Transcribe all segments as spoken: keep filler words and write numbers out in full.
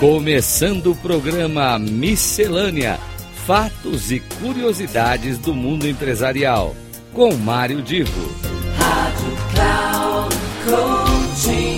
Começando o programa Miscelânea: Fatos e Curiosidades do Mundo Empresarial, com Mário Divo. Rádio Cloud Coaching.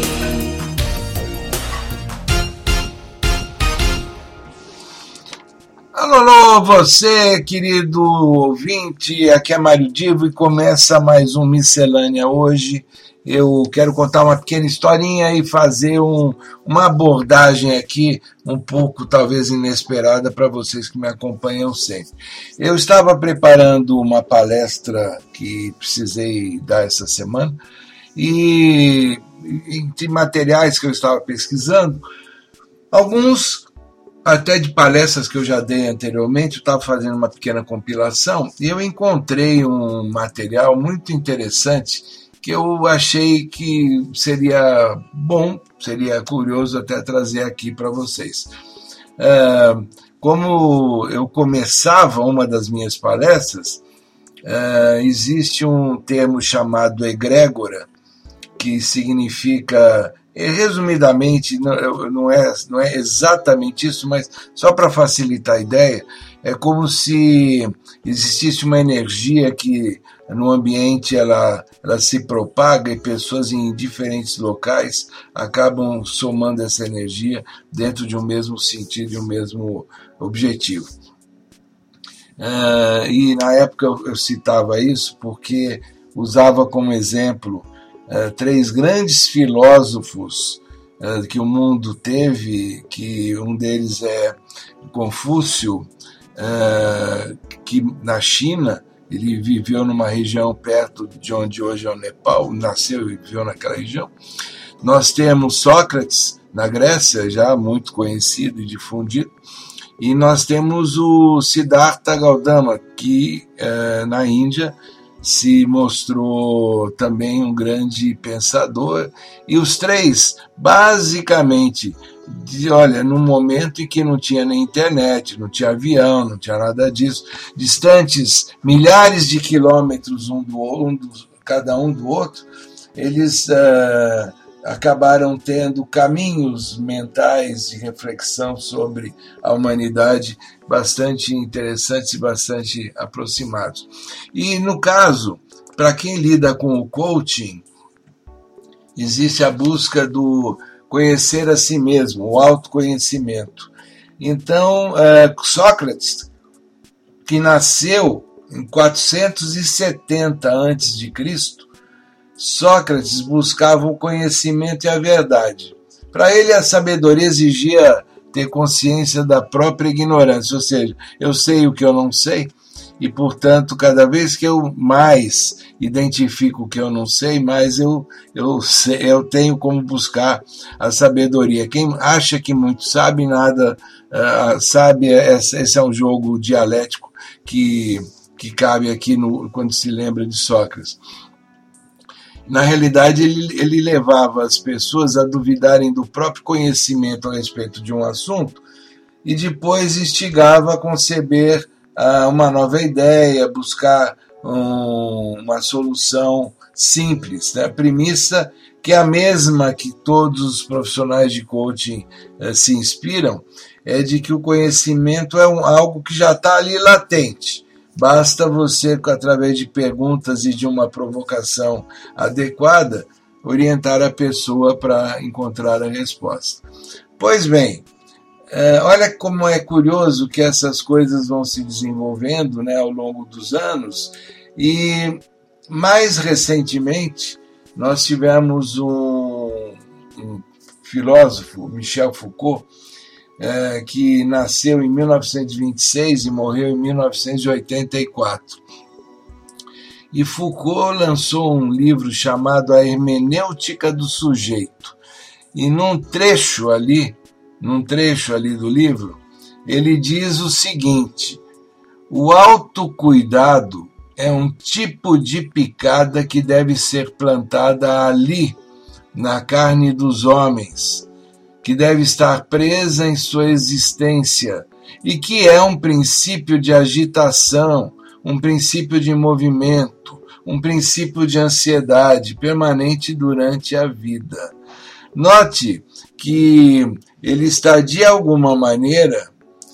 Alô, alô, você, querido ouvinte, aqui é Mário Divo e começa mais um Miscelânea hoje. Eu quero contar uma pequena historinha e fazer um, uma abordagem aqui um pouco, talvez, inesperada para vocês que me acompanham sempre. Eu estava preparando uma palestra que precisei dar essa semana e, entre materiais que eu estava pesquisando, alguns até de palestras que eu já dei anteriormente, eu estava fazendo uma pequena compilação e eu encontrei um material muito interessante que eu achei que seria bom, seria curioso até trazer aqui para vocês. Uh, como eu começava uma das minhas palestras, uh, existe um termo chamado egrégora, que significa, resumidamente, não, não, é, não é exatamente isso, mas só para facilitar a ideia, é como se existisse uma energia que no ambiente ela, ela se propaga e pessoas em diferentes locais acabam somando essa energia dentro de um mesmo sentido e um mesmo objetivo. Uh, e na época eu, eu citava isso porque usava como exemplo uh, três grandes filósofos uh, que o mundo teve, que um deles é Confúcio, uh, que na China ele viveu numa região perto de onde hoje é o Nepal, nasceu e viveu naquela região. Nós temos Sócrates, na Grécia, já muito conhecido e difundido, e nós temos o Siddhartha Gautama, que eh, na Índia se mostrou também um grande pensador, e os três, basicamente, de, olha, num momento em que não tinha nem internet, não tinha avião, não tinha nada disso, distantes milhares de quilômetros um do, um do, cada um do outro, eles uh, acabaram tendo caminhos mentais de reflexão sobre a humanidade bastante interessantes e bastante aproximados. E no caso, para quem lida com o coaching, existe a busca do conhecer a si mesmo, o autoconhecimento. Então, Sócrates, que nasceu em quatrocentos e setenta antes de Cristo, Sócrates buscava o conhecimento e a verdade. Para ele, a sabedoria exigia ter consciência da própria ignorância, ou seja, eu sei o que eu não sei, e, portanto, cada vez que eu mais identifico o que eu não sei, mais eu, eu, eu tenho como buscar a sabedoria. Quem acha que muito sabe, nada uh, sabe, esse é um jogo dialético que, que cabe aqui no, quando se lembra de Sócrates. Na realidade, ele, ele levava as pessoas a duvidarem do próprio conhecimento a respeito de um assunto e depois instigava a conceber uh, uma nova ideia, buscar um, uma solução simples. Né? A premissa, que é a mesma que todos os profissionais de coaching uh, se inspiram, é de que o conhecimento é um, algo que já está ali latente. Basta você, através de perguntas e de uma provocação adequada, orientar a pessoa para encontrar a resposta. Pois bem, olha como é curioso que essas coisas vão se desenvolvendo, né, ao longo dos anos, e mais recentemente nós tivemos um, um filósofo, Michel Foucault, É, que nasceu em mil novecentos e vinte e seis e morreu em mil novecentos e oitenta e quatro. E Foucault lançou um livro chamado A Hermenêutica do Sujeito. E num trecho ali, num trecho ali do livro, ele diz o seguinte: o autocuidado é um tipo de picada que deve ser plantada ali, na carne dos homens, que deve estar presa em sua existência e que é um princípio de agitação, um princípio de movimento, um princípio de ansiedade permanente durante a vida. Note que ele está, de alguma maneira,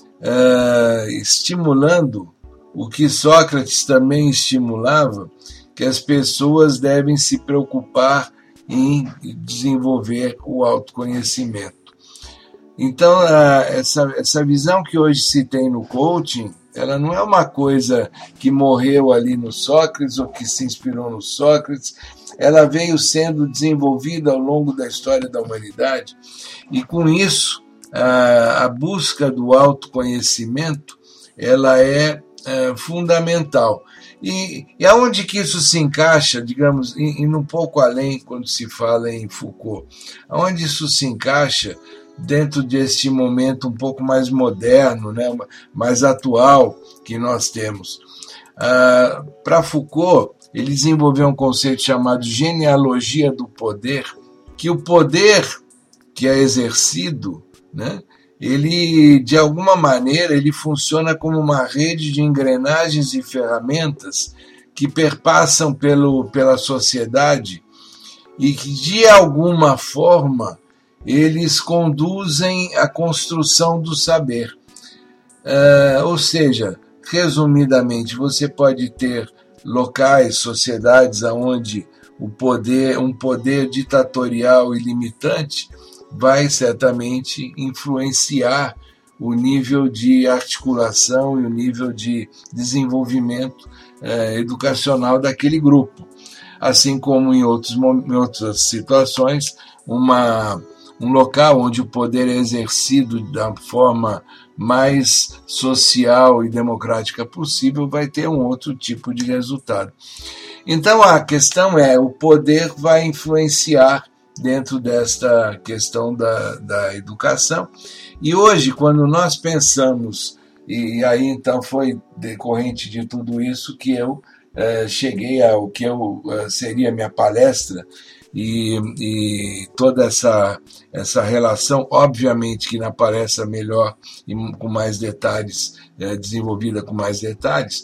uh, estimulando o que Sócrates também estimulava, que as pessoas devem se preocupar em desenvolver o autoconhecimento. Então, essa, essa visão que hoje se tem no coaching, ela não é uma coisa que morreu ali no Sócrates ou que se inspirou no Sócrates, ela veio sendo desenvolvida ao longo da história da humanidade, e com isso, a, a busca do autoconhecimento, ela é, é fundamental. E, e aonde que isso se encaixa, digamos, indo um pouco além quando se fala em Foucault, aonde isso se encaixa dentro deste momento um pouco mais moderno, né, mais atual que nós temos. Ah, para Foucault, ele desenvolveu um conceito chamado genealogia do poder, que o poder que é exercido, né, ele, de alguma maneira, ele funciona como uma rede de engrenagens e ferramentas que perpassam pelo, pela sociedade e que, de alguma forma, eles conduzem à construção do saber. Uh, ou seja, resumidamente, você pode ter locais, sociedades onde o poder, um poder ditatorial e limitante vai certamente influenciar o nível de articulação e o nível de desenvolvimento eh, educacional daquele grupo. Assim como em, outros, em outras situações, uma, um local onde o poder é exercido da forma mais social e democrática possível vai ter um outro tipo de resultado. Então a questão é, o poder vai influenciar dentro desta questão da, da educação. E hoje, quando nós pensamos, e aí então foi decorrente de tudo isso que eu eh, cheguei ao que eu, eh, seria minha palestra, e, e toda essa, essa relação, obviamente que na palestra melhor e com mais detalhes, eh, desenvolvida com mais detalhes,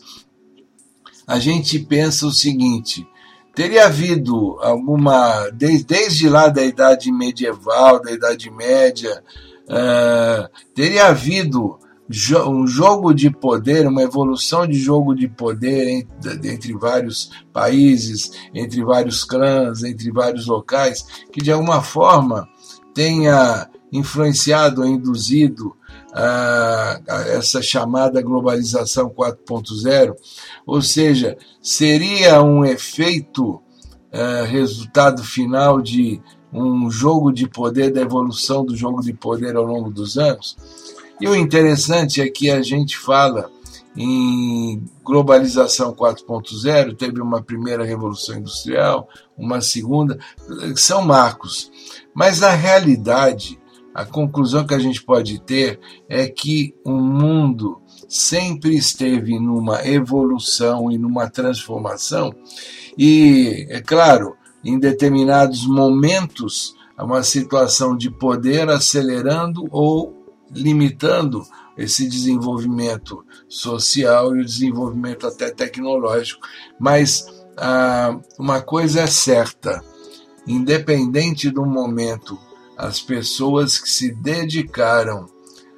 a gente pensa o seguinte: teria havido alguma, desde, desde lá da idade medieval, da Idade Média, uh, teria havido jo, um jogo de poder, uma evolução de jogo de poder entre, entre vários países, entre vários clãs, entre vários locais, que de alguma forma tenha influenciado ou induzido a, a essa chamada globalização quatro ponto zero, ou seja, seria um efeito, uh, resultado final de um jogo de poder, da evolução do jogo de poder ao longo dos anos. E o interessante é que a gente fala em globalização quatro ponto zero, teve uma primeira revolução industrial, uma segunda, são marcos, mas na realidade a conclusão que a gente pode ter é que o mundo sempre esteve numa evolução e numa transformação, e, é claro, em determinados momentos, uma situação de poder acelerando ou limitando esse desenvolvimento social e o desenvolvimento até tecnológico. Mas ah, uma coisa é certa, independente do momento, as pessoas que se dedicaram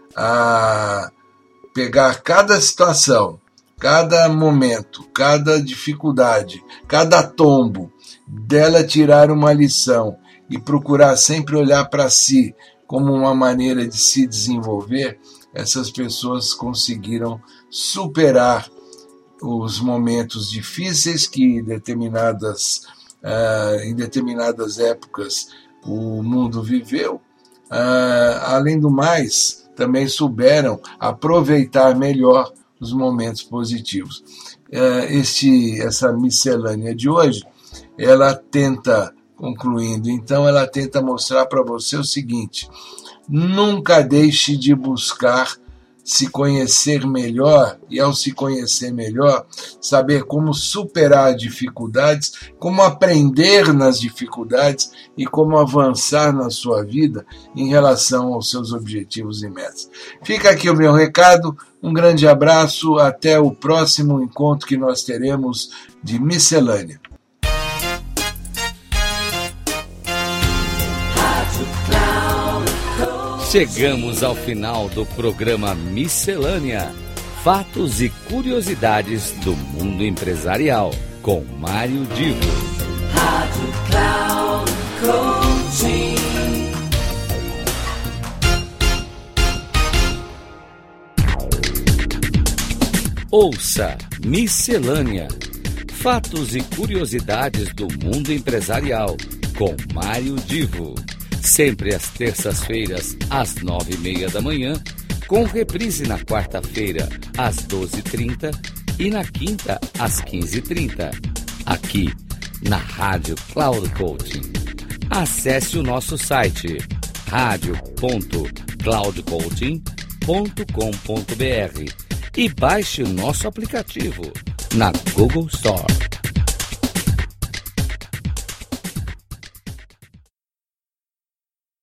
a pegar cada situação, cada momento, cada dificuldade, cada tombo, dela tirar uma lição e procurar sempre olhar para si como uma maneira de se desenvolver, essas pessoas conseguiram superar os momentos difíceis que determinadas, uh, em determinadas épocas o mundo viveu. Uh, além do mais, também souberam aproveitar melhor os momentos positivos. Uh, este, essa miscelânea de hoje, ela tenta, concluindo, então ela tenta mostrar para você o seguinte: nunca deixe de buscar se conhecer melhor, e ao se conhecer melhor, saber como superar dificuldades, como aprender nas dificuldades e como avançar na sua vida em relação aos seus objetivos e metas. Fica aqui o meu recado, um grande abraço, até o próximo encontro que nós teremos de Miscelânea. Chegamos ao final do programa Miscelânea: Fatos e Curiosidades do Mundo Empresarial, com Mário Divo. Rádio Cloud Coaching. Ouça Miscelânea: Fatos e Curiosidades do Mundo Empresarial, com Mário Divo. Sempre às terças-feiras, às nove e meia da manhã, com reprise na quarta-feira, às doze e trinta e na quinta, às quinze e trinta, aqui na Rádio Cloud Coaching. Acesse o nosso site rádio ponto cloud coaching ponto com ponto br e baixe o nosso aplicativo na Google Store.